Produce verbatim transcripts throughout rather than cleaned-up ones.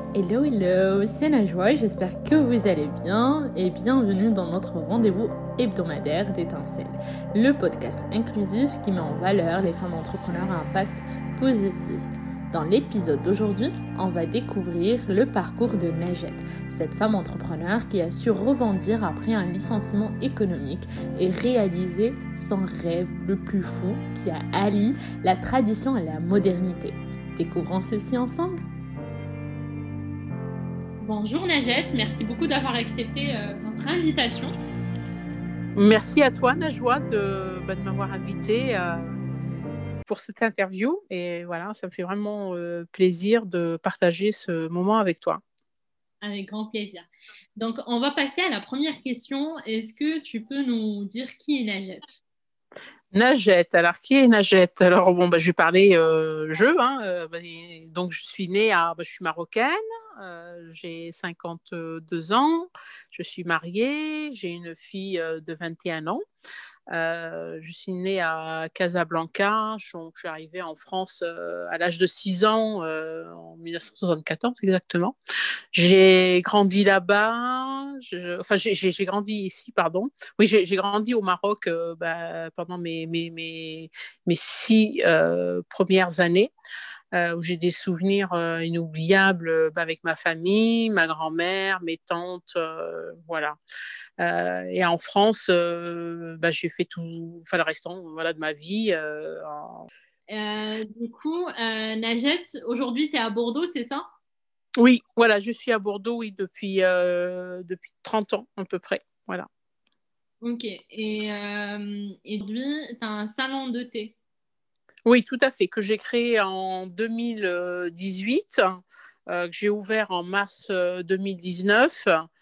Hello, hello, c'est Najwa, j'espère que vous allez bien et bienvenue dans notre rendez-vous hebdomadaire d'Étincelles, le podcast inclusif qui met en valeur les femmes entrepreneurs à impact positif. Dans l'épisode d'aujourd'hui, on va découvrir le parcours de Najat, cette femme entrepreneur qui a su rebondir après un licenciement économique et réaliser son rêve le plus fou qui a allié la tradition et la modernité. Découvrons ceci ensemble. Bonjour Najat, merci beaucoup d'avoir accepté euh, notre invitation. Merci à toi Najwa de, bah, de m'avoir invitée euh, pour cette interview et voilà, ça me fait vraiment euh, plaisir de partager ce moment avec toi. Avec grand plaisir. Donc on va passer à la première question. Est-ce que tu peux nous dire qui est Najat? Najat, alors qui est Najat? Alors bon, bah, je vais parler euh, jeu, hein, euh, bah, donc je suis née à, bah, je suis marocaine, euh, j'ai cinquante-deux ans, je suis mariée, j'ai une fille euh, de vingt et un ans. Euh, je suis née à Casablanca, donc je suis arrivée en France euh, à l'âge de six ans, euh, en mille neuf cent soixante-quatorze exactement. J'ai grandi là-bas, je, enfin j'ai, j'ai, j'ai grandi ici, pardon. Oui, j'ai, j'ai grandi au Maroc euh, bah, pendant mes, mes, mes, mes six euh, premières années. Euh, où j'ai des souvenirs euh, inoubliables euh, bah, avec ma famille, ma grand-mère, mes tantes, euh, voilà. Euh, et en France, euh, bah, j'ai fait tout, enfin le restant, voilà, de ma vie. Euh, en... Euh, du coup, euh, Najat, aujourd'hui tu es à Bordeaux, c'est ça? Oui, voilà, je suis à Bordeaux, oui, depuis, euh, depuis trente ans à peu près, voilà. Ok. Et, euh, et aujourd'hui, tu as un salon de thé. Oui, tout à fait, que j'ai créé en deux mille dix-huit, euh, que j'ai ouvert en mars deux mille dix-neuf.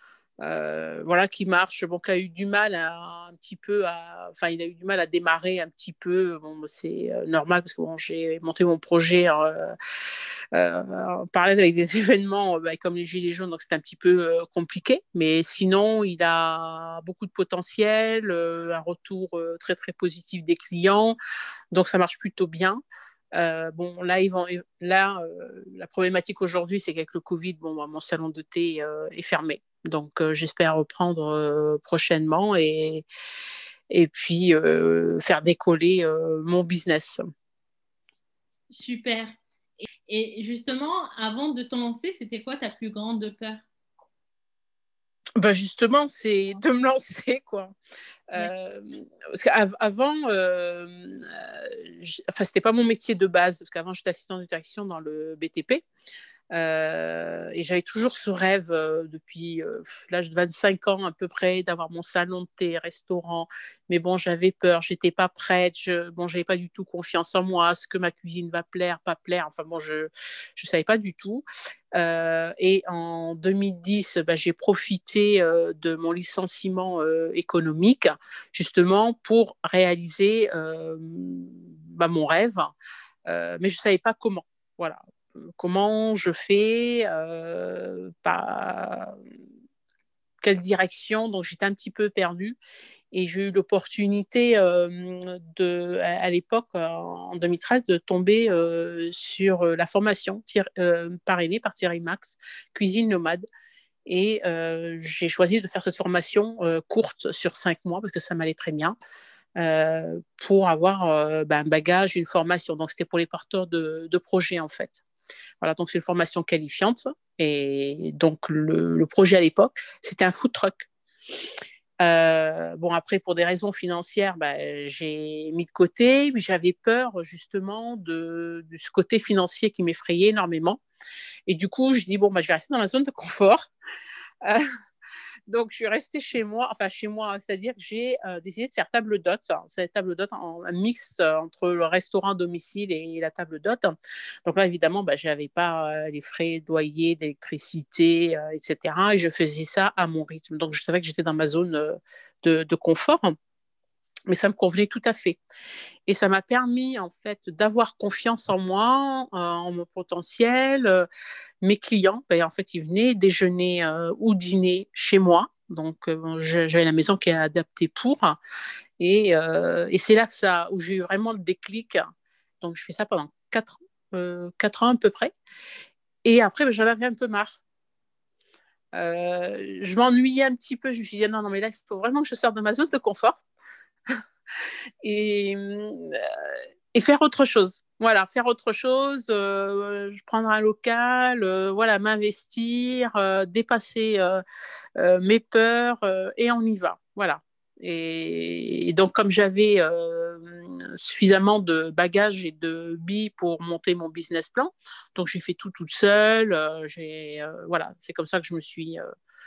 Euh, voilà, qui marche, bon, qui a eu du mal à, un petit peu à, enfin, il a eu du mal à démarrer un petit peu. Bon, c'est euh, normal parce que bon, j'ai monté mon projet euh, euh, en parallèle avec des événements bah, comme les Gilets jaunes, donc c'était un petit peu euh, compliqué. Mais sinon, il a beaucoup de potentiel, euh, un retour euh, très très positif des clients, donc ça marche plutôt bien. Euh, bon, là, ils vont, là euh, la problématique aujourd'hui, c'est qu'avec le Covid, bon, bah, mon salon de thé euh, est fermé. Donc, euh, j'espère reprendre euh, prochainement et, et puis euh, faire décoller euh, mon business. Super. Et, et justement, avant de te lancer, c'était quoi ta plus grande peur? Ben justement, c'est de me lancer, quoi. Euh, parce qu'avant, euh, euh, enfin, c'était pas mon métier de base, parce qu'avant, j'étais assistante de direction dans le B T P. Euh, et j'avais toujours ce rêve euh, depuis euh, l'âge de vingt-cinq ans à peu près d'avoir mon salon de thé, restaurant. Mais bon, j'avais peur, j'étais pas prête, je, bon, j'avais pas du tout confiance en moi, ce que ma cuisine va plaire, pas plaire. Enfin bon, je je savais pas du tout. Euh, et en deux mille dix, bah, j'ai profité euh, de mon licenciement euh, économique justement pour réaliser euh, bah, mon rêve, euh, mais je savais pas comment. Voilà, comment je fais, euh, pas quelle direction. Donc j'étais un petit peu perdue et j'ai eu l'opportunité euh, de, à, à l'époque, en deux mille treize, de tomber euh, sur la formation tir, euh, parrainée par Thierry Max, Cuisine Nomade. Et euh, j'ai choisi de faire cette formation euh, courte sur cinq mois parce que ça m'allait très bien. Euh, pour avoir euh, ben, un bagage, une formation. Donc, c'était pour les porteurs de, de projets, en fait. Voilà, donc c'est une formation qualifiante. Et donc, le, le projet à l'époque, c'était un food truck. Euh, bon, après, pour des raisons financières, ben, j'ai mis de côté, mais j'avais peur justement de, de ce côté financier qui m'effrayait énormément. Et du coup, je dis, bon, ben, je vais rester dans la zone de confort. Euh, donc, je suis restée chez moi, enfin chez moi, c'est-à-dire que j'ai euh, décidé de faire table d'hôte. C'est table d'hôte en un mixte entre le restaurant à domicile et la table d'hôte. Donc là, évidemment, bah, je n'avais pas euh, les frais de loyer, d'électricité, euh, et cetera. Et je faisais ça à mon rythme. Donc, je savais que j'étais dans ma zone euh, de, de confort, mais ça me convenait tout à fait. Et ça m'a permis, en fait, d'avoir confiance en moi, euh, en mon potentiel. Euh, mes clients, ben, en fait, ils venaient déjeuner euh, ou dîner chez moi. Donc, euh, j'avais la maison qui est adaptée pour. Et, euh, et c'est là que ça, où j'ai eu vraiment le déclic. Donc, je fais ça pendant quatre, euh, quatre ans à peu près. Et après, ben, j'en avais un peu marre. Euh, je m'ennuyais un petit peu. Je me suis dit, non, non, mais là, il faut vraiment que je sorte de ma zone de confort et, euh, et faire autre chose. Voilà, faire autre chose, euh, prendre un local, euh, voilà, m'investir, euh, dépasser euh, euh, mes peurs euh, et on y va. Voilà. Et, et donc, comme j'avais euh, suffisamment de bagages et de billes pour monter mon business plan, donc j'ai fait tout toute seule. Euh, j'ai, euh, voilà, c'est comme ça que je me suis euh,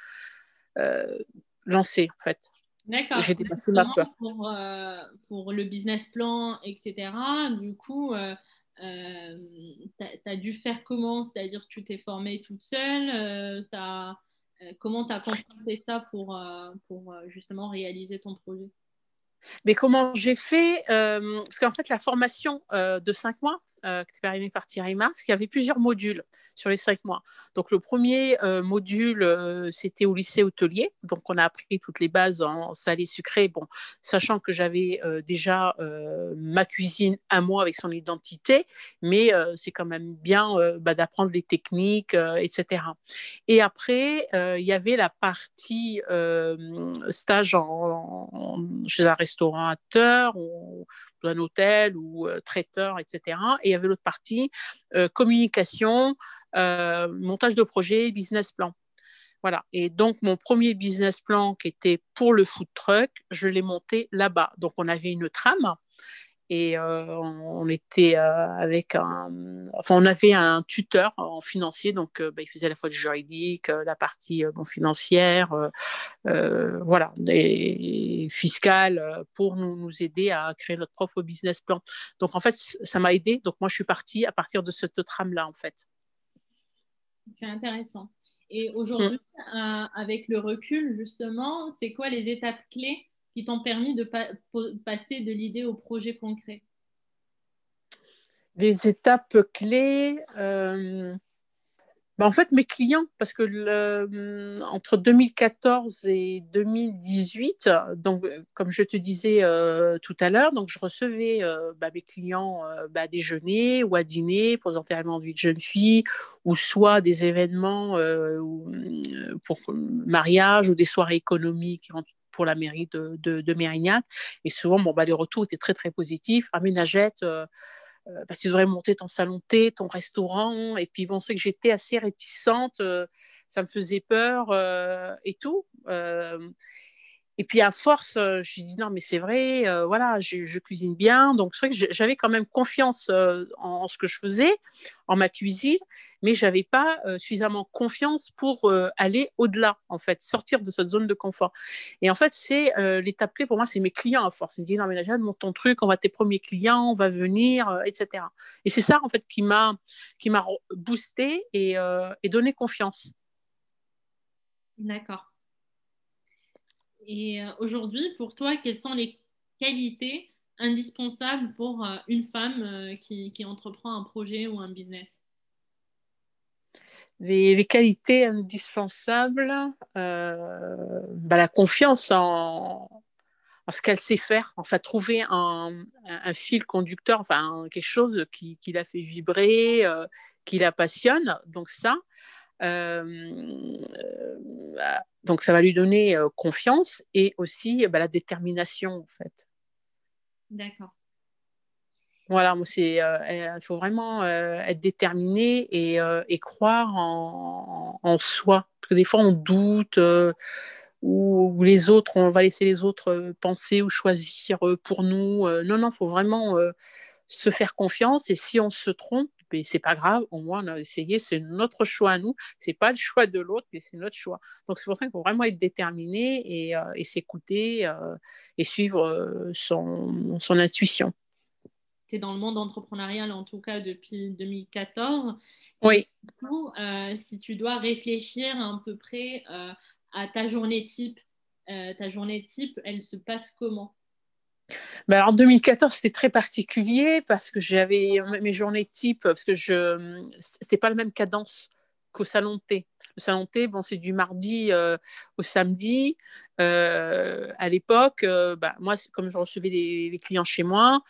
euh, lancée, en fait. D'accord. J'ai dépassé ma Justement, peur. pour, euh, pour le business plan, et cetera, du coup, euh, euh, tu as dû faire comment? C'est-à-dire que tu t'es formée toute seule, euh, t'as- euh, comment tu as construit ça pour, euh, pour euh, justement réaliser ton projet? Mais comment j'ai fait euh, Parce qu'en fait, la formation euh, de cinq mois, euh, qui était périmée par Thierry Marx, il y avait plusieurs modules sur les cinq mois. Donc, le premier euh, module, euh, c'était au lycée hôtelier. Donc, on a appris toutes les bases en salé sucré, bon, sachant que j'avais euh, déjà euh, ma cuisine à moi avec son identité, mais euh, c'est quand même bien euh, bah, d'apprendre des techniques, euh, et cetera. Et après, euh, il y avait la partie euh, stage en, en, chez un restaurateur ou un hôtel ou euh, traiteur, et cetera. Et il y avait l'autre partie euh, communication, euh, montage de projet, business plan. Voilà. Et donc, mon premier business plan qui était pour le food truck, je l'ai monté là-bas. Donc, on avait une trame et euh, on était euh, avec un, enfin on avait un tuteur en financier, donc euh, bah, il faisait à la fois du juridique, euh, la partie euh, bon, financière, euh, euh, voilà, et fiscale euh, pour nous, nous aider à créer notre propre business plan. Donc en fait ça m'a aidé. Donc moi je suis partie à partir de cette trame là en fait. C'est intéressant. Et Mm. aujourd'hui, euh, avec le recul, justement, c'est quoi les étapes clés qui t'ont permis de pa- passer de l'idée au projet concret? Des étapes clés. Euh, Bah, en fait, mes clients, parce que le, entre deux mille quatorze et deux mille dix-huit, donc, comme je te disais euh, tout à l'heure, donc je recevais euh, bah, mes clients euh, bah, à déjeuner ou à dîner pour des enterrements de vie de jeune fille, ou soit des événements euh, ou, euh, pour mariage ou des soirées économiques pour la mairie de, de, de Mérignac. Et souvent, bon, bah, les retours étaient très, très positifs. Aménagette, euh, euh, bah, tu devrais monter ton salon de thé, ton restaurant. Et puis, bon, c'est que j'étais assez réticente, euh, ça me faisait peur euh, et tout. Euh, et puis à force, euh, je me suis dit non, mais c'est vrai, euh, voilà, je, je cuisine bien. Donc c'est vrai que j'avais quand même confiance euh, en, en ce que je faisais, en ma cuisine, mais je n'avais pas euh, suffisamment confiance pour euh, aller au-delà, en fait, sortir de cette zone de confort. Et en fait, c'est euh, l'étape clé pour moi, c'est mes clients à force. Ils me disent non, mais Najat, monte ton truc, on va tes premiers clients, on va venir, euh, et cetera. Et c'est ça, en fait, qui m'a, qui m'a boosté et, euh, et donné confiance. D'accord. Et euh, aujourd'hui, pour toi, quelles sont les qualités indispensables pour euh, une femme euh, qui, qui entreprend un projet ou un business? Les, les qualités indispensables, euh, bah, la confiance en, en ce qu'elle sait faire, enfin trouver un, un, un fil conducteur, enfin quelque chose qui, qui la fait vibrer, euh, qui la passionne. Donc ça, euh, euh, donc ça va lui donner euh, confiance et aussi bah, la détermination en fait. D'accord. Voilà, moi c'est, euh, il faut vraiment euh, être déterminé et, euh, et croire en, en, soi. Parce que des fois on doute, euh, ou, ou, les autres, on va laisser les autres euh, penser ou choisir euh, pour nous. Euh, non, non, il faut vraiment euh, se faire confiance. Et si on se trompe, ben, c'est pas grave. Au moins on a essayé. C'est notre choix à nous. C'est pas le choix de l'autre, mais c'est notre choix. Donc c'est pour ça qu'il faut vraiment être déterminé et, euh, et s'écouter euh, et suivre euh, son, son intuition. Tu es dans le monde entrepreneurial en tout cas depuis deux mille quatorze. Et Oui. du coup, euh, si tu dois réfléchir à peu près euh, à ta journée type, euh, ta journée type, elle se passe comment? Ben alors, en deux mille quatorze, c'était très particulier parce que j'avais mes journées type, parce que je c'était pas la même cadence qu'au salon de thé. Le salon de thé, bon, c'est du mardi euh, au samedi. Euh, à l'époque, euh, ben, moi, comme je recevais les, les clients chez moi,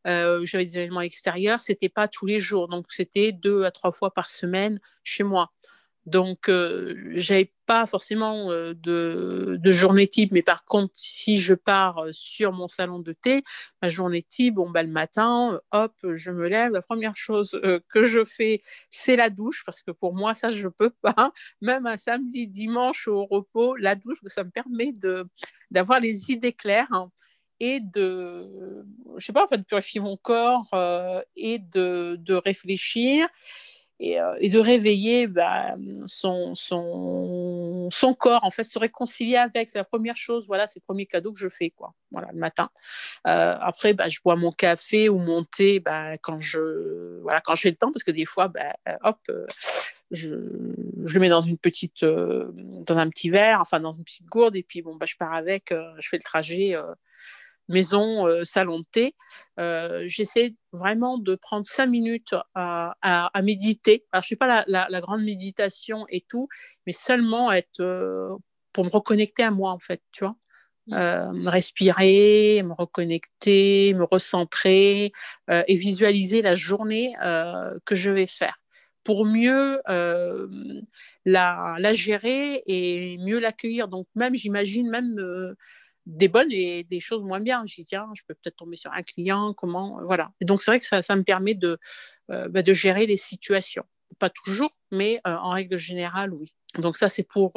euh, j'avais des événements extérieurs, c'était pas tous les jours, donc c'était deux à trois fois par semaine chez moi. Donc, euh, j'avais pas forcément euh, de, de journée type, mais par contre, si je pars euh, sur mon salon de thé, ma journée type, bon, bah, le matin, euh, hop, je me lève. La première chose euh, que je fais, c'est la douche, parce que pour moi, ça, je peux pas. Même un samedi, dimanche au repos, la douche, ça me permet de, d'avoir les idées claires, hein, et de, je sais pas, en fait, de purifier mon corps euh, et de, de réfléchir et, euh, et de réveiller bah, son, son, son corps, en fait, se réconcilier avec. C'est la première chose, voilà, c'est le premier cadeau que je fais, quoi, voilà, le matin. Euh, après, bah, je bois mon café ou mon thé bah, quand, je, voilà, quand j'ai le temps, parce que des fois, bah, hop, euh, je, je le mets dans une petite, euh, dans un petit verre, enfin dans une petite gourde, et puis bon, bah, je pars avec, euh, je fais le trajet euh, maison, euh, salon de thé. Euh, j'essaie vraiment de prendre cinq minutes à, à, à méditer. Alors, je ne fais pas la, la, la, grande méditation et tout, mais seulement être, euh, pour me reconnecter à moi, en fait, tu vois. Euh, me respirer, me reconnecter, me recentrer euh, et visualiser la journée euh, que je vais faire pour mieux euh, la, la gérer et mieux l'accueillir. Donc, même, j'imagine, même euh, des bonnes et des choses moins bien. Je dis, tiens, je peux peut-être tomber sur un client, comment, voilà. Et donc, c'est vrai que ça, ça me permet de, euh, bah, de gérer les situations. Pas toujours, mais euh, en règle générale, oui. Donc ça, c'est pour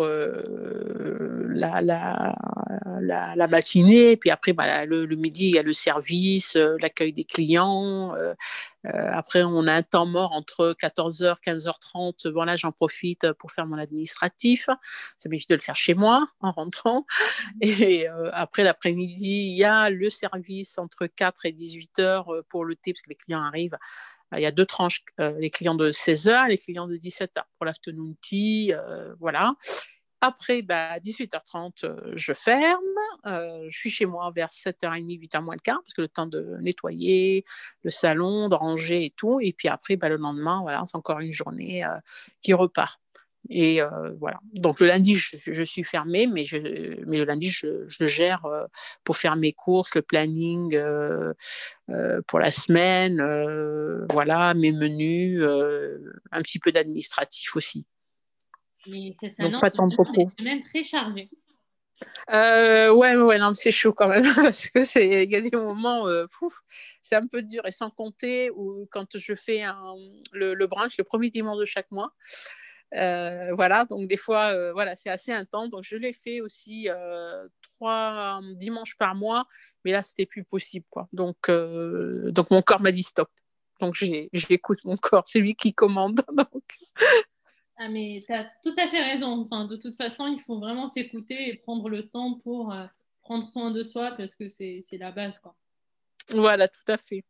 euh, la, la, la, la matinée. Puis après, bah, le, le midi, il y a le service, euh, l'accueil des clients. Euh, euh, après, on a un temps mort entre quatorze heures, quinze heures trente. Bon, là, j'en profite pour faire mon administratif. Ça m'évite de le faire chez moi en rentrant. Et euh, après, l'après-midi, il y a le service entre quatre et dix-huit heures pour le thé, parce que les clients arrivent. Il y a deux tranches, euh, les clients de seize heures, les clients de dix-sept heures pour l'afternoon tea, euh, voilà. Après, bah, dix-huit heures trente, euh, je ferme. Euh, je suis chez moi vers sept heures trente, huit heures moins le quart, parce que le temps de nettoyer le salon, de ranger et tout. Et puis après, bah, le lendemain, voilà, c'est encore une journée euh, qui repart. Et euh, voilà. Donc le lundi, je, je suis fermée, mais, je, mais le lundi, je, je le gère euh, pour faire mes courses, le planning euh, euh, pour la semaine, euh, voilà, mes menus, euh, un petit peu d'administratif aussi. Mais ça Donc s'annonce pas tant de des repos. semaines très chargées. Euh, ouais, ouais, non, c'est chaud quand même, parce que c'est, il y a des moments, euh, pouf, c'est un peu dur, et sans compter où quand je fais un, le, le brunch le premier dimanche de chaque mois. Euh, voilà, donc des fois, euh, voilà, c'est assez intense. Donc je l'ai fait aussi euh, trois dimanches par mois, mais là, c'était plus possible, quoi. Donc, euh, donc mon corps m'a dit stop. Donc j'ai, j'écoute mon corps, c'est lui qui commande. Donc. Ah, mais tu as tout à fait raison. Enfin, de toute façon, il faut vraiment s'écouter et prendre le temps pour euh, prendre soin de soi parce que c'est, c'est la base, quoi. Voilà, tout à fait.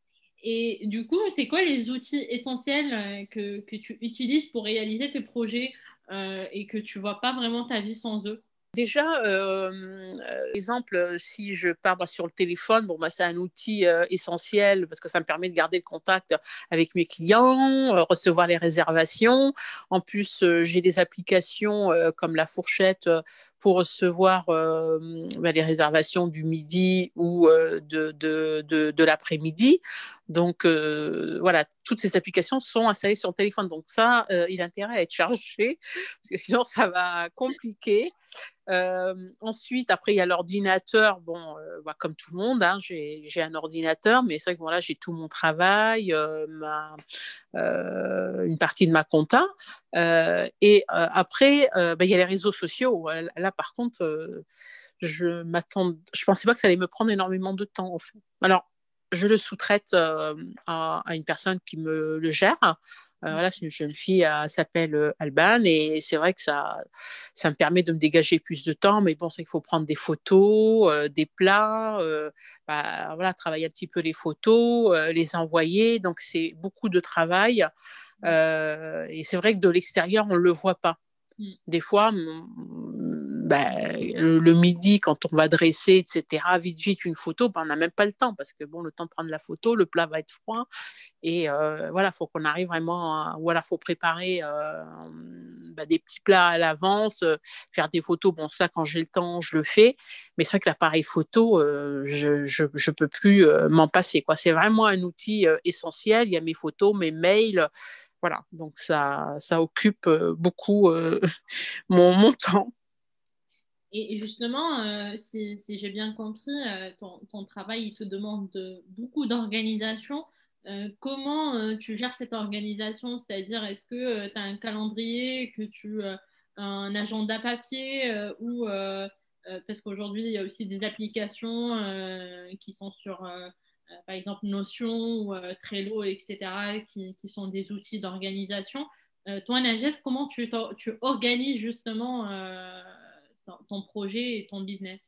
Et du coup, c'est quoi les outils essentiels euh, que, que tu utilises pour réaliser tes projets euh, et que tu vois pas vraiment ta vie sans eux? Déjà, euh, euh, exemple, si je pars bah, sur le téléphone, bon, bah, c'est un outil euh, essentiel parce que ça me permet de garder le contact avec mes clients, euh, recevoir les réservations. En plus, euh, j'ai des applications euh, comme la fourchette euh, pour recevoir euh, bah, les réservations du midi ou euh, de, de, de, de l'après-midi. Donc, euh, voilà, toutes ces applications sont installées sur le téléphone. Donc, ça, euh, il a intérêt à être chargé parce que sinon, ça va compliquer. Euh, ensuite, après, il y a l'ordinateur. Bon, euh, bah, comme tout le monde, hein, j'ai, j'ai un ordinateur, mais c'est vrai que bon, là, j'ai tout mon travail, euh, ma, euh, une partie de ma compta. Euh, et euh, après, euh, bah, il y a les réseaux sociaux. Là, par contre, euh, je m'attends, je pensais pas que ça allait me prendre énormément de temps, en fait. Alors, je le sous-traite euh, à, à une personne qui me le gère. Euh, voilà, c'est une jeune fille, elle s'appelle euh, Alban, et c'est vrai que ça, ça me permet de me dégager plus de temps, mais bon, c'est qu'il faut prendre des photos, euh, des plats, euh, bah, voilà, travailler un petit peu les photos, euh, les envoyer, donc c'est beaucoup de travail, euh, et c'est vrai que de l'extérieur, on ne le voit pas. Des fois, ben, le, le midi, quand on va dresser, et cetera, vite, vite, une photo, ben, on n'a même pas le temps parce que bon, le temps de prendre la photo, le plat va être froid. Et euh, voilà, il faut qu'on arrive vraiment à, voilà, faut préparer euh, bah, des petits plats à l'avance, euh, faire des photos. Bon, ça, quand j'ai le temps, je le fais. Mais c'est vrai que l'appareil photo, euh, je, je, je peux plus euh, m'en passer, quoi. C'est vraiment un outil euh, essentiel. Il y a mes photos, mes mails. Voilà, donc ça, ça occupe euh, beaucoup euh, mon, mon temps. Et justement, euh, si, si j'ai bien compris, euh, ton, ton travail, il te demande de- beaucoup d'organisation. Euh, comment euh, tu gères cette organisation? C'est-à-dire, est-ce que tu as un calendrier, que tu as un agenda papier euh, ou euh, euh, parce qu'aujourd'hui, il y a aussi des applications euh, qui sont sur, euh, euh, par exemple, Notion ou euh, Trello, et cetera, qui, qui sont des outils d'organisation. Euh, toi, Najat, comment tu, t'or- tu organises justement euh, ton, ton projet et ton business?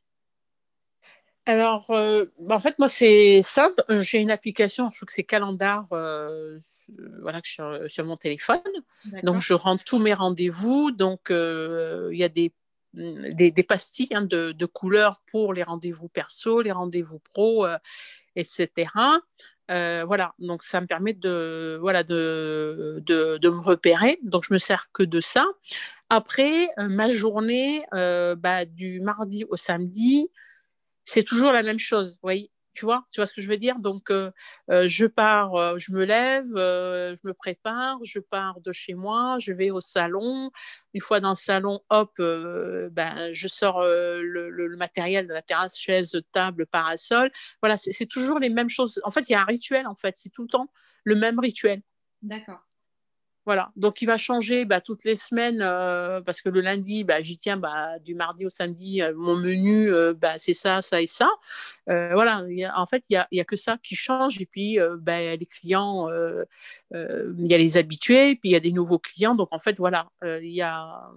Alors, euh, bah, en fait, moi, c'est simple. J'ai une application, je trouve que c'est Calendar, euh, voilà, que sur, sur mon téléphone. Donc, D'accord. je rentre tous mes rendez-vous. Donc, euh, il y a des, des, des pastilles hein, de, de couleurs pour les rendez-vous perso, les rendez-vous pro, euh, et cetera. Euh, voilà, donc ça me permet de, voilà, de, de, de me repérer. Donc, je me sers que de ça. Après, euh, ma journée, euh, bah, du mardi au samedi, c'est toujours la même chose, oui. Tu vois, tu vois ce que je veux dire? Donc, euh, euh, je pars, euh, je me lève, euh, je me prépare, je pars de chez moi, je vais au salon. Une fois dans le salon, hop, euh, ben, je sors euh, le, le, le, matériel de la terrasse, chaise, table, parasol. Voilà, c'est, c'est toujours les mêmes choses. En fait, il y a un rituel, en fait. C'est tout le temps le même rituel. D'accord. Voilà, donc il va changer bah, toutes les semaines euh, parce que le lundi, bah, j'y tiens bah, du mardi au samedi, euh, mon menu, euh, bah, c'est ça, ça et ça. Euh, voilà, y a, en fait, il n'y a, y a que ça qui change. Et puis, euh, bah, les clients, euh, euh, il y a les habitués, puis il y a des nouveaux clients. Donc, en fait, voilà, euh, il y a.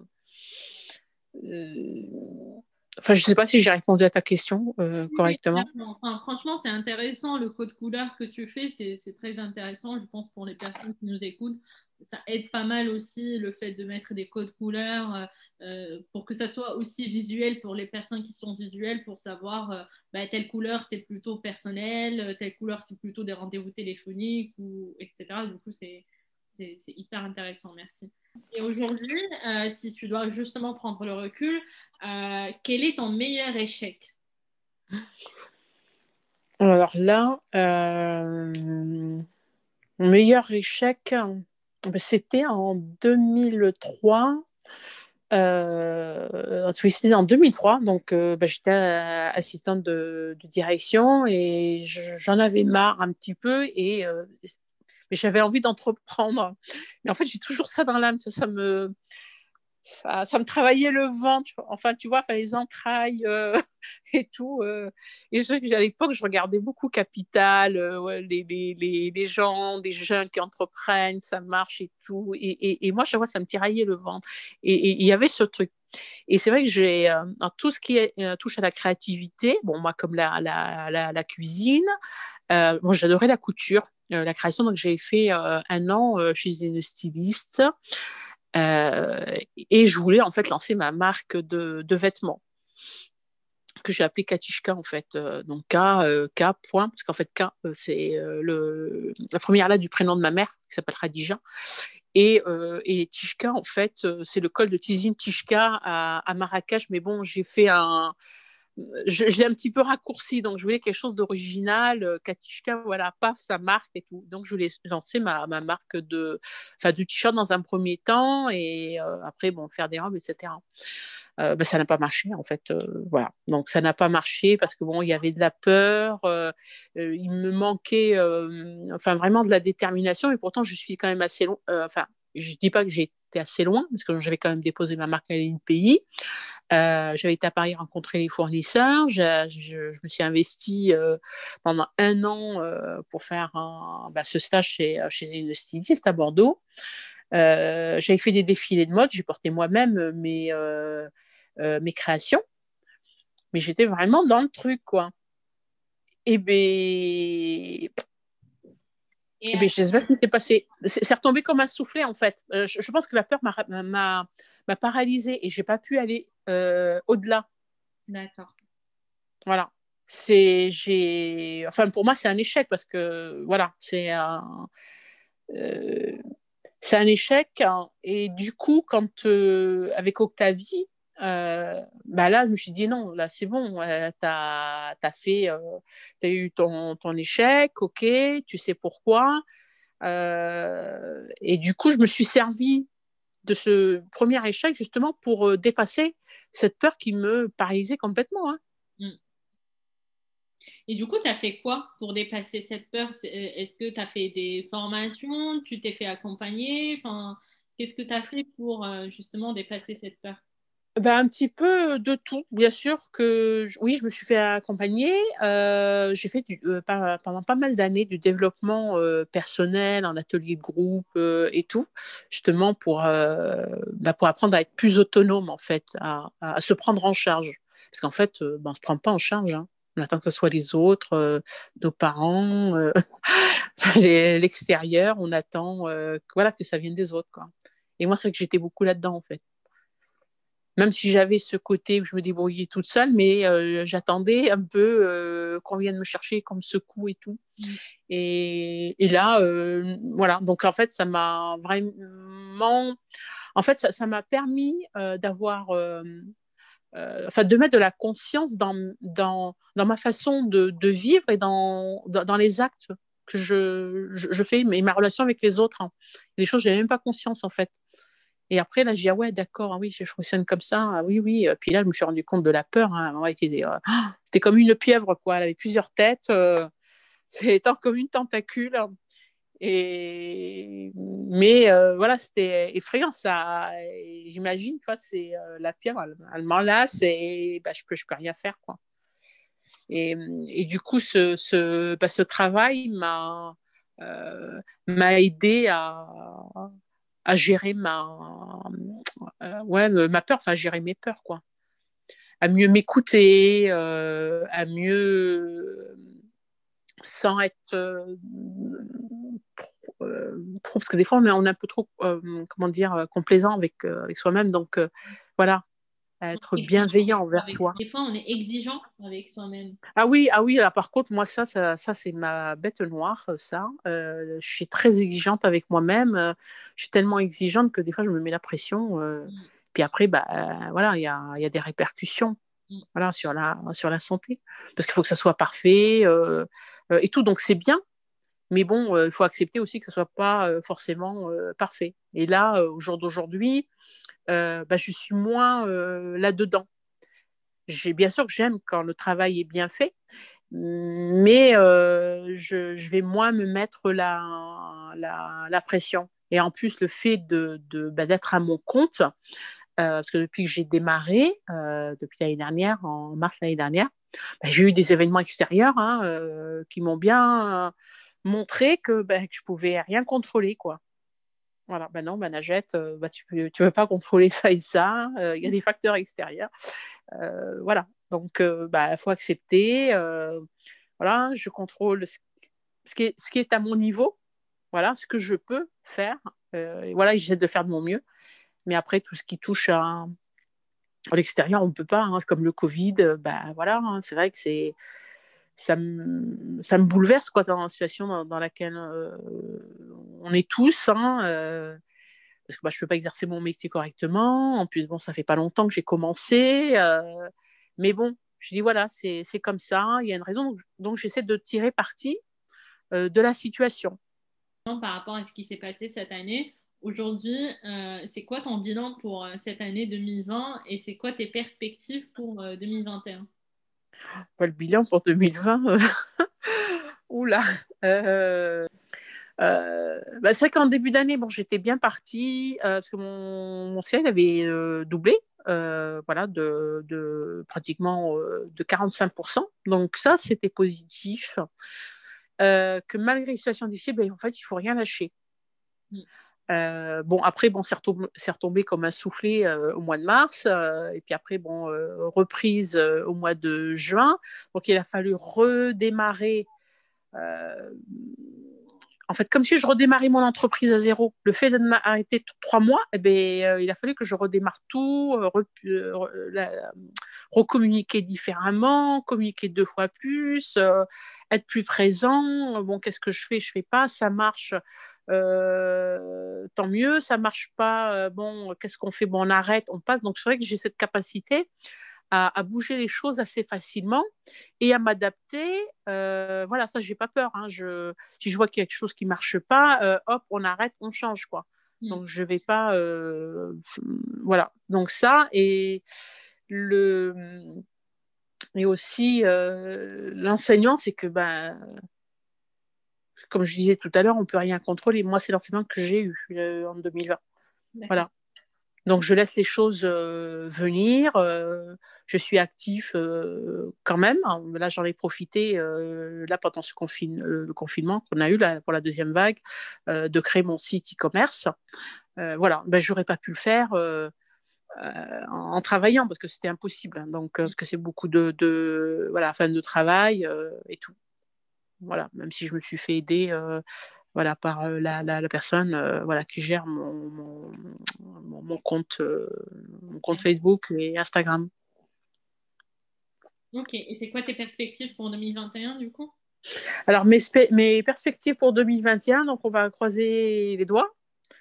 euh, Enfin, je ne sais pas si j'ai répondu à ta question euh, Oui, oui, correctement. clairement. Enfin, franchement, c'est intéressant. Le code couleur que tu fais, c'est c'est très intéressant. Je pense pour les personnes qui nous écoutent, ça aide pas mal aussi le fait de mettre des codes couleurs euh, euh, pour que ça soit aussi visuel pour les personnes qui sont visuelles, pour savoir euh, bah, telle couleur c'est plutôt personnel, euh, telle couleur c'est plutôt des rendez-vous téléphoniques, ou, et cetera. Du coup, c'est c'est- c'est hyper intéressant. Merci. Et aujourd'hui, euh, si tu dois justement prendre le recul, euh, quel est ton meilleur échec? Alors là, euh, mon meilleur échec, c'était en deux mille trois. Euh, oui, c'était en deux mille trois, donc euh, bah, j'étais euh, assistante de, de direction et je- j'en avais marre un petit peu et euh, mais j'avais envie d'entreprendre. Mais en fait, j'ai toujours ça dans l'âme, ça, ça me, ça, ça me travaillait le ventre, enfin, tu vois, enfin, les entrailles euh, et tout. Euh. Et je, à l'époque, je regardais beaucoup Capital, euh, ouais, les, les, les, les gens, des jeunes qui entreprennent, ça marche et tout. Et, et, et moi, chaque fois, ça me tiraillait le ventre. Et il y avait ce truc. Et c'est vrai que j'ai euh, tout ce qui est, euh, touche à la créativité, bon, moi, comme la, la, la, la cuisine, euh, bon, j'adorais la couture, euh, la création. Donc, j'ai fait euh, un an euh, chez une styliste. Euh, et je voulais en fait lancer ma marque de, de vêtements que j'ai appelée Katishka en fait. Euh, donc K, euh, K, point, parce qu'en fait K, euh, c'est euh, le, la première lettre du prénom de ma mère, qui s'appelle Khadija. Et, euh, et Tishka, en fait, euh, c'est le col de Tizine Tishka à, à Marrakech. Mais bon, j'ai fait un, je, je l'ai un petit peu raccourci, donc je voulais quelque chose d'original. Euh, Katishka, voilà, paf, sa marque et tout. Donc je voulais lancer ma, ma marque de, enfin, du t-shirt dans un premier temps et euh, après, bon, faire des robes, et cetera. Euh, ben, ça n'a pas marché, en fait. Euh, voilà. Donc ça n'a pas marché parce que bon, il y avait de la peur, euh, euh, il me manquait, euh, enfin, vraiment de la détermination et pourtant, je suis quand même assez long. Euh, enfin, je dis pas que j'ai été assez loin parce que j'avais quand même déposé ma marque à l'I N P I. Euh, j'avais été à Paris rencontrer les fournisseurs. Je, je, je me suis investie euh, pendant un an euh, pour faire un, bah, ce stage chez, chez une styliste à Bordeaux. Euh, j'avais fait des défilés de mode. J'ai porté moi-même mes, euh, euh, mes créations. Mais j'étais vraiment dans le truc, quoi. Et bien, Et eh euh, bien, je ne sais pas ce qui s'est passé. C'est, c'est retombé comme un soufflet, en fait. Euh, je, je pense que la peur m'a, m'a, m'a paralysée et je n'ai pas pu aller euh, au-delà. D'accord. Voilà. C'est, j'ai... Enfin, pour moi, c'est un échec parce que, voilà, c'est un, euh, c'est un échec. Hein. Et du coup, quand, euh, avec Octavie, euh, bah là, je me suis dit non, là, c'est bon, euh, t'as, t'as fait, euh, t'as eu ton, ton échec, ok, tu sais pourquoi. Euh, et du coup, je me suis servi de ce premier échec justement pour euh, dépasser cette peur qui me paralysait complètement. Hein. Mm. Et du coup, tu as fait quoi pour dépasser cette peur? C'est- Est-ce que tu as fait des formations? Tu t'es fait accompagner? Enfin, qu'est-ce que tu as fait pour euh, justement dépasser cette peur? Ben, un petit peu de tout, bien sûr que je- oui, je me suis fait accompagner. Euh, j'ai fait du, euh, pas- pendant pas mal d'années du développement euh, personnel en atelier de groupe euh, et tout, justement pour, euh, ben, pour apprendre à être plus autonome en fait, à, à- à se prendre en charge. Parce qu'en fait, euh, ben, on ne se prend pas en charge. Hein. On attend que ce soit les autres, euh, nos parents, euh, les- l'extérieur. On attend euh, que, voilà, que ça vienne des autres. Quoi. Et moi, c'est que j'étais beaucoup là-dedans en fait. Même si j'avais ce côté où je me débrouillais toute seule, mais euh, j'attendais un peu euh, qu'on vienne me chercher comme secours et tout. Mm. Et, et là, euh, voilà. Donc en fait, ça m'a vraiment, en fait, ça, ça m'a permis euh, d'avoir, euh, euh, enfin, de mettre de la conscience dans dans, dans ma façon de, de vivre et dans, dans, dans les actes que je, je, je fais, mais ma relation avec les autres. Hein. Des choses, je n'avais même pas conscience en fait. Et après, là, je dis, ah ouais, d'accord, ah oui, je fonctionne comme ça, ah oui, oui. Puis là, je me suis rendu compte de la peur. Hein. Ouais, c'était, euh, c'était comme une pieuvre, quoi. Elle avait plusieurs têtes. Euh, c'était comme une tentacule. Et... Mais euh, voilà, c'était effrayant, ça. Et j'imagine, quoi, c'est euh, la pieuvre, elle, elle m'enlace et bah, je peux, je peux rien faire, quoi. Et, et du coup, ce, ce, bah, ce travail m'a, euh, m'a aidé à, à gérer ma, euh, ouais, ma peur, enfin, à gérer mes peurs, quoi. À mieux m'écouter, euh, à mieux, sans être euh, trop, euh, trop, parce que des fois, on est, on est un peu trop, euh, comment dire, complaisant avec, euh, avec soi-même. Donc, euh, voilà, à être bienveillant envers Avec... soi. Des fois, on est exigeant avec soi-même. Ah oui, ah oui, là, par contre, moi, ça, ça, ça c'est ma bête noire, ça. Euh, je suis très exigeante avec moi-même. Euh, je suis tellement exigeante que des fois, je me mets la pression. Euh, Mm. puis après, bah, euh, voilà, il y a, y a des répercussions Mm. voilà, sur, la, sur la santé. Parce qu'il faut que ça soit parfait euh, euh, et tout. Donc, c'est bien. Mais bon, il euh, faut accepter aussi que ce ne soit pas euh, forcément euh, parfait. Et là, euh, au jour d'aujourd'hui, euh, bah, je suis moins euh, là-dedans. J'ai, bien sûr que j'aime quand le travail est bien fait, mais euh, je, je, vais moins me mettre la, la, la, pression. Et en plus, le fait de, de, bah, d'être à mon compte, euh, parce que depuis que j'ai démarré, euh, depuis l'année dernière, en mars l'année dernière, bah, j'ai eu des événements extérieurs hein, euh, qui m'ont bien euh, montré que, bah, que je pouvais rien contrôler, quoi. Voilà, ben non, ben Najette, euh, bah, tu ne peux pas contrôler ça et ça, il euh, y a des facteurs extérieurs. Euh, voilà, donc il euh, bah, faut accepter. Euh, voilà, je contrôle ce, ce, qui est, ce qui est à mon niveau, voilà, ce que je peux faire. Euh, et voilà, j'essaie de faire de mon mieux. Mais après, tout ce qui touche à, à l'extérieur, on ne peut pas. Hein, comme le Covid, bah, voilà, hein, c'est vrai que c'est, ça, me, ça me bouleverse quoi, dans la situation dans, dans laquelle euh, on est tous. Hein, euh, parce que bah, je ne peux pas exercer mon métier correctement. En plus, bon, ça fait pas longtemps que j'ai commencé. Euh, mais bon, je dis voilà, c'est, c'est comme ça. Il y a une raison. Donc, donc j'essaie de tirer parti euh, de la situation. Par rapport à ce qui s'est passé cette année, aujourd'hui, euh, c'est quoi ton bilan pour euh, cette année deux mille vingt et c'est quoi tes perspectives pour euh, deux mille vingt et un? Pas le bilan pour deux mille vingt. Euh... Oula. Euh... Euh, bah, c'est vrai qu'en début d'année, bon, j'étais bien partie euh, parce que mon, mon ciel avait euh, doublé, euh, voilà, de, de pratiquement euh, de quarante-cinq pour cent. Donc ça, c'était positif. Euh, que malgré les situations difficiles, ben, en fait, il faut rien lâcher. Mm. Euh, bon, après, bon, c'est retombé, c'est retombé comme un soufflé euh, au mois de mars, euh, et puis après, bon, euh, reprise euh, au mois de juin. Donc, il a fallu redémarrer. Euh, en fait, comme si je redémarrais mon entreprise à zéro. Le fait de m'arrêter trois mois, eh ben, euh, il a fallu que je redémarre tout, euh, re, euh, la, recommuniquer différemment, communiquer deux fois plus, euh, être plus présent. Bon, qu'est-ce que je fais? Je fais pas, ça marche. Euh, tant mieux, ça marche pas. Euh, bon, qu'est-ce qu'on fait? Bon, on arrête, on passe. Donc, c'est vrai que j'ai cette capacité à, à bouger les choses assez facilement et à m'adapter. Euh, voilà, ça, j'ai pas peur. Hein. Je, si je vois qu'il y a quelque chose qui marche pas, euh, hop, on arrête, on change, quoi. Mm. Donc, je vais pas. Euh, voilà. Donc, ça, et le. Et aussi, euh, l'enseignant, c'est que, ben, comme je disais tout à l'heure, on ne peut rien contrôler. Moi, c'est l'enseignement que j'ai eu euh, en deux mille vingt. D'accord. Voilà. Donc, je laisse les choses euh, venir. Euh, je suis actif euh, quand même. Là, j'en ai profité euh, là, pendant ce confine, euh, le confinement qu'on a eu là, pour la deuxième vague, euh, de créer mon site e-commerce. Euh, voilà. Ben, je n'aurais pas pu le faire euh, euh, en, en travaillant parce que c'était impossible. Donc, euh, parce que c'est beaucoup de, de, voilà, fin de travail euh, et tout. Voilà. Même si je me suis fait aider euh, voilà, par euh, la, la, la personne euh, voilà, qui gère mon, mon, mon, mon compte, euh, mon compte Facebook et Instagram. Ok, et c'est quoi tes perspectives pour deux mille vingt et un du coup? Alors, mes, mes perspectives pour deux mille vingt et un, donc on va croiser les doigts.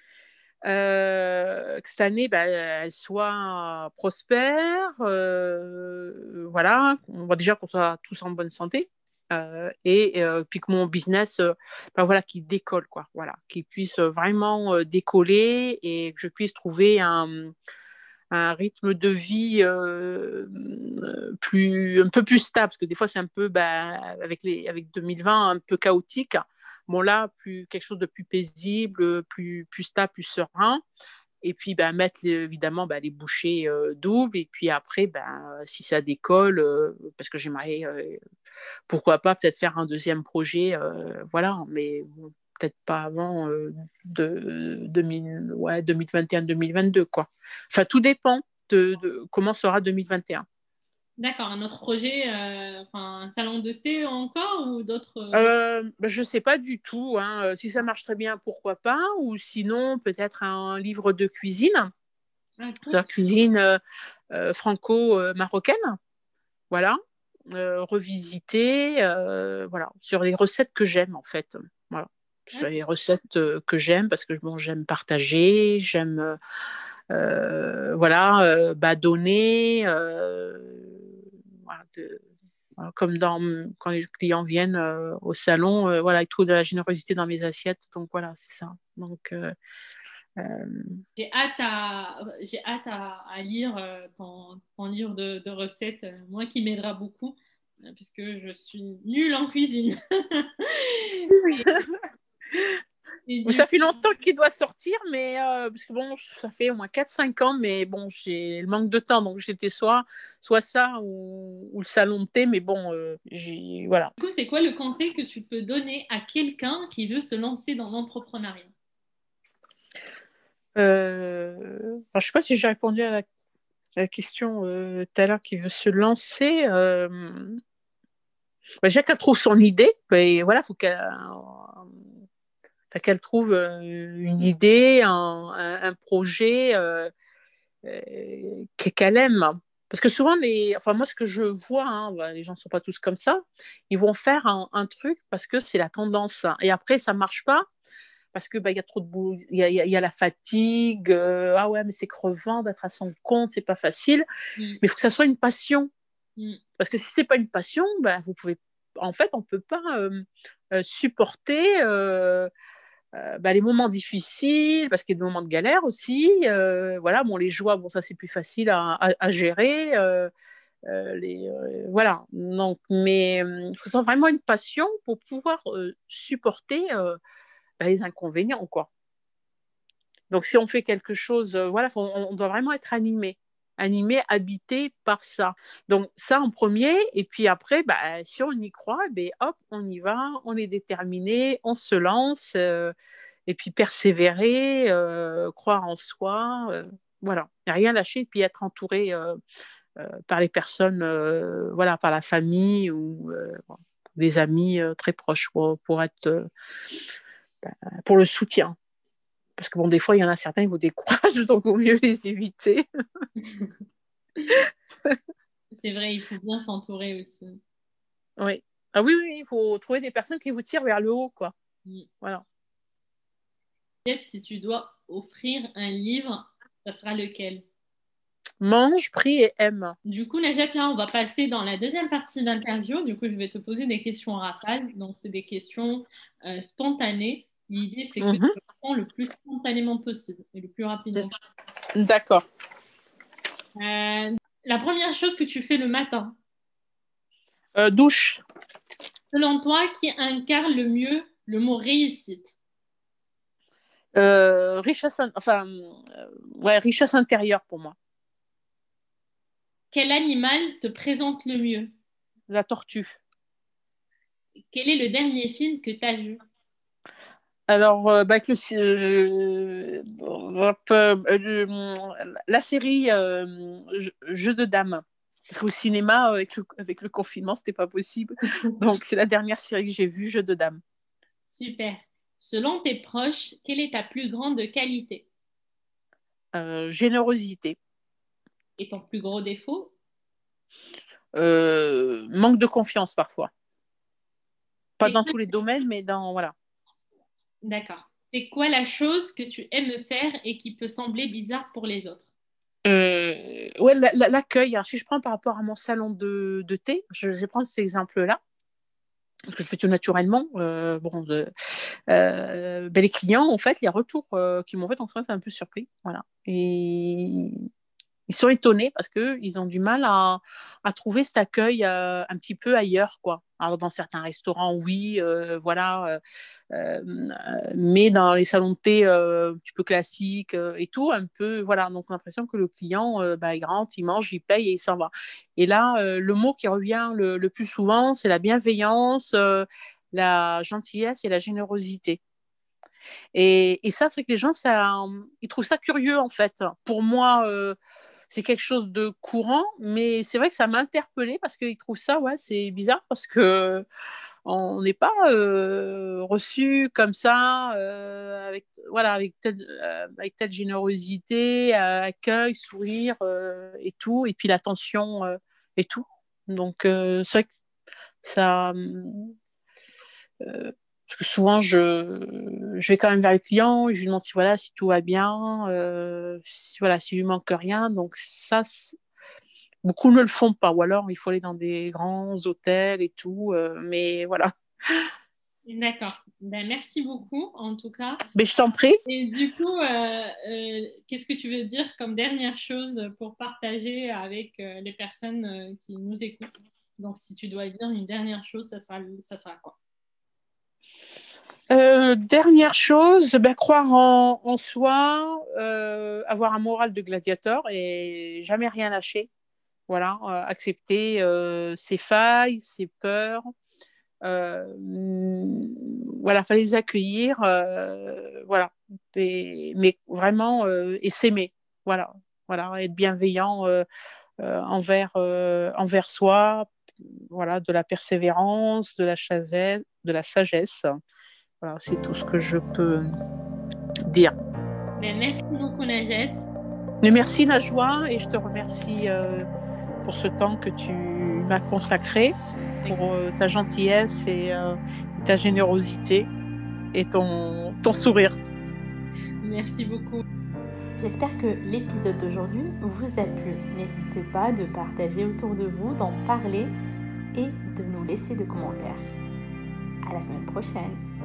Euh, que cette année, bah, elle soit prospère, euh, voilà, on voit déjà qu'on soit tous en bonne santé. Euh, et euh, puis que mon business euh, ben voilà, qui décolle quoi, voilà, qui puisse vraiment euh, décoller et que je puisse trouver un, un rythme de vie euh, plus, un peu plus stable, parce que des fois c'est un peu ben, avec, les, avec deux mille vingt un peu chaotique. Bon là, plus, quelque chose de plus paisible, plus, plus stable, plus serein. Et puis, ben, mettre évidemment ben, les bouchées euh, doubles. Et puis après, ben, si ça décolle, euh, parce que j'aimerais, euh, pourquoi pas, peut-être faire un deuxième projet. Euh, voilà, mais bon, peut-être pas avant euh, de, deux mille, ouais, deux mille vingt et un deux mille vingt-deux. Quoi. Enfin, tout dépend de, de comment sera deux mille vingt et un. D'accord, un autre projet, euh, enfin, un salon de thé encore ou d'autres euh, ben, Je ne sais pas du tout. Hein. Si ça marche très bien, pourquoi pas. Ou sinon, peut-être un livre de cuisine. Ah, cool. La cuisine euh, euh, franco-marocaine. Voilà. Euh, revisiter euh, voilà. Sur les recettes que j'aime, en fait. Voilà. Sur ouais. les recettes euh, que j'aime, parce que bon, j'aime partager, j'aime euh, voilà, euh, bah, donner. Euh, voilà, de, comme dans, quand les clients viennent euh, au salon, euh, voilà, ils trouvent de la générosité dans mes assiettes. Donc voilà, c'est ça. Donc, euh, euh... j'ai hâte à, j'ai hâte à, à lire euh, ton, ton livre de, de recettes, euh, moi qui m'aidera beaucoup, euh, puisque je suis nulle en cuisine. et, et du... Ça fait longtemps qu'il doit sortir, mais euh, parce que bon, ça fait au moins quatre cinq ans, mais bon, j'ai le manque de temps, donc j'étais soit, soit ça ou, ou le salon de thé, mais bon, euh, j'ai, voilà. Du coup, c'est quoi le conseil que tu peux donner à quelqu'un qui veut se lancer dans l'entrepreneuriat? euh, alors, je ne sais pas si j'ai répondu à la, à la question euh, tout à l'heure, qui veut se lancer. Euh, ben, chacun trouve son idée, et voilà, faut qu'elle qu'elle trouve une idée, un, un, un projet euh, euh, qu'elle aime. Parce que souvent, les, enfin moi, ce que je vois, hein, les gens ne sont pas tous comme ça, ils vont faire un, un truc parce que c'est la tendance. Et après, ça ne marche pas parce qu'il bah, y a trop de boulot, il y a, y a la fatigue, euh, ah ouais, mais c'est crevant d'être à son compte, c'est pas facile. Mm. Mais il faut que ça soit une passion. Mm. Parce que si c'est pas une passion, bah, vous pouvez, en fait, on ne peut pas euh, euh, supporter euh, euh, bah, les moments difficiles, parce qu'il y a des moments de galère aussi. Euh, voilà, bon, les joies, bon, ça c'est plus facile à, à, à gérer. Euh, euh, les, euh, voilà. Donc, mais il faut ça vraiment une passion pour pouvoir euh, supporter euh, bah, les inconvénients, quoi. Donc, si on fait quelque chose, euh, voilà, faut, on, on doit vraiment être animé, animé, habité par ça. Donc, ça en premier, et puis après, bah, si on y croit, ben, hop, on y va, on est déterminé, on se lance. Euh, et puis persévérer, euh, croire en soi, euh, voilà, et rien lâcher, et puis être entouré euh, euh, par les personnes, euh, voilà, par la famille ou euh, des amis euh, très proches pour, pour être, euh, ben, pour le soutien. Parce que bon, des fois, il y en a certains, ils vous découragent, donc il vaut mieux les éviter. C'est vrai, il faut bien s'entourer aussi. Oui. Ah oui, oui, il faut trouver des personnes qui vous tirent vers le haut, quoi. Mm. Voilà. Peut-être si tu dois offrir un livre, ça sera lequel? Mange, prie et aime. Du coup, Najat, là, on va passer dans la deuxième partie d'interview. Du coup, je vais te poser des questions en rafale. Donc, c'est des questions euh, spontanées. L'idée, c'est que Mm-hmm. tu réponds le plus spontanément possible et le plus rapidement. D'accord. Euh, la première chose que tu fais le matin, Euh, douche. selon toi, qui incarne le mieux le mot réussite? Euh, richesse, enfin, euh, ouais, richesse intérieure pour moi. Quel animal te présente le mieux? La tortue. Quel est le dernier film que tu as vu? Alors, euh, bah, avec le, euh, euh, la série euh, Jeux de dames. Parce qu'au cinéma, avec le, avec le confinement, c'était pas possible. Donc, c'est la dernière série que j'ai vue, Jeux de dames. Super. Selon tes proches, quelle est ta plus grande qualité? Euh, générosité. Et ton plus gros défaut? Euh, manque de confiance parfois. Pas C'est dans quoi... tous les domaines, mais dans, voilà. D'accord. C'est quoi la chose que tu aimes faire et qui peut sembler bizarre pour les autres? Euh, ouais, la, la, l'accueil. Alors, si je prends par rapport à mon salon de, de thé, je, je vais prendre cet exemple-là. Parce que je fais tout naturellement. Euh, bon, de, euh, ben les clients, en fait, les retours euh, qu'ils m'ont fait, en fait, c'est un peu surpris. Voilà. Et ils sont étonnés parce qu'ils ont du mal à, à trouver cet accueil euh, un petit peu ailleurs, quoi. Alors, dans certains restaurants, oui, euh, voilà. Euh, euh, mais dans les salons de thé euh, un petit peu classiques euh, et tout, un peu, voilà. Donc, on a l'impression que le client, euh, bah, il rentre, il mange, il paye et il s'en va. Et là, euh, le mot qui revient le, le plus souvent, c'est la bienveillance, euh, la gentillesse et la générosité. Et, et ça, c'est que les gens, ça, ils trouvent ça curieux, en fait. Pour moi, euh, c'est quelque chose de courant, mais c'est vrai que ça m'a interpellée parce qu'ils trouvent ça, ouais, c'est bizarre parce que on n'est pas euh, reçu comme ça, euh, avec, voilà, avec, telle, euh, avec telle générosité, euh, accueil, sourire euh, et tout, et puis l'attention euh, et tout. Donc, euh, c'est vrai que ça. Euh, parce que souvent, je, je vais quand même vers le client, je lui demande si, voilà, si tout va bien, euh, si, voilà, s'il lui manque rien. Donc, ça, beaucoup ne le font pas. Ou alors, il faut aller dans des grands hôtels et tout. Euh, mais voilà. D'accord. Ben, merci beaucoup, en tout cas. Mais je t'en prie. Et du coup, euh, euh, qu'est-ce que tu veux dire comme dernière chose pour partager avec euh, les personnes euh, qui nous écoutent? Donc, si tu dois dire une dernière chose, ça sera, ça sera quoi? Euh, dernière chose, ben, croire en, en soi, euh, avoir un moral de gladiateur et jamais rien lâcher. Voilà, euh, accepter euh, ses failles, ses peurs. Euh, voilà, fallait les accueillir. Euh, voilà, et, mais vraiment euh, et s'aimer. Voilà, voilà, être bienveillant euh, euh, envers euh, envers soi. Voilà, de la persévérance, de la sagesse, de la sagesse. Voilà, c'est tout ce que je peux dire. Ben, merci beaucoup, Najat. Mais merci Najwa et je te remercie euh, pour ce temps que tu m'as consacré, pour euh, ta gentillesse et euh, ta générosité et ton, ton sourire. Merci beaucoup. J'espère que l'épisode d'aujourd'hui vous a plu. N'hésitez pas de partager autour de vous, d'en parler et de nous laisser des commentaires. À la semaine prochaine.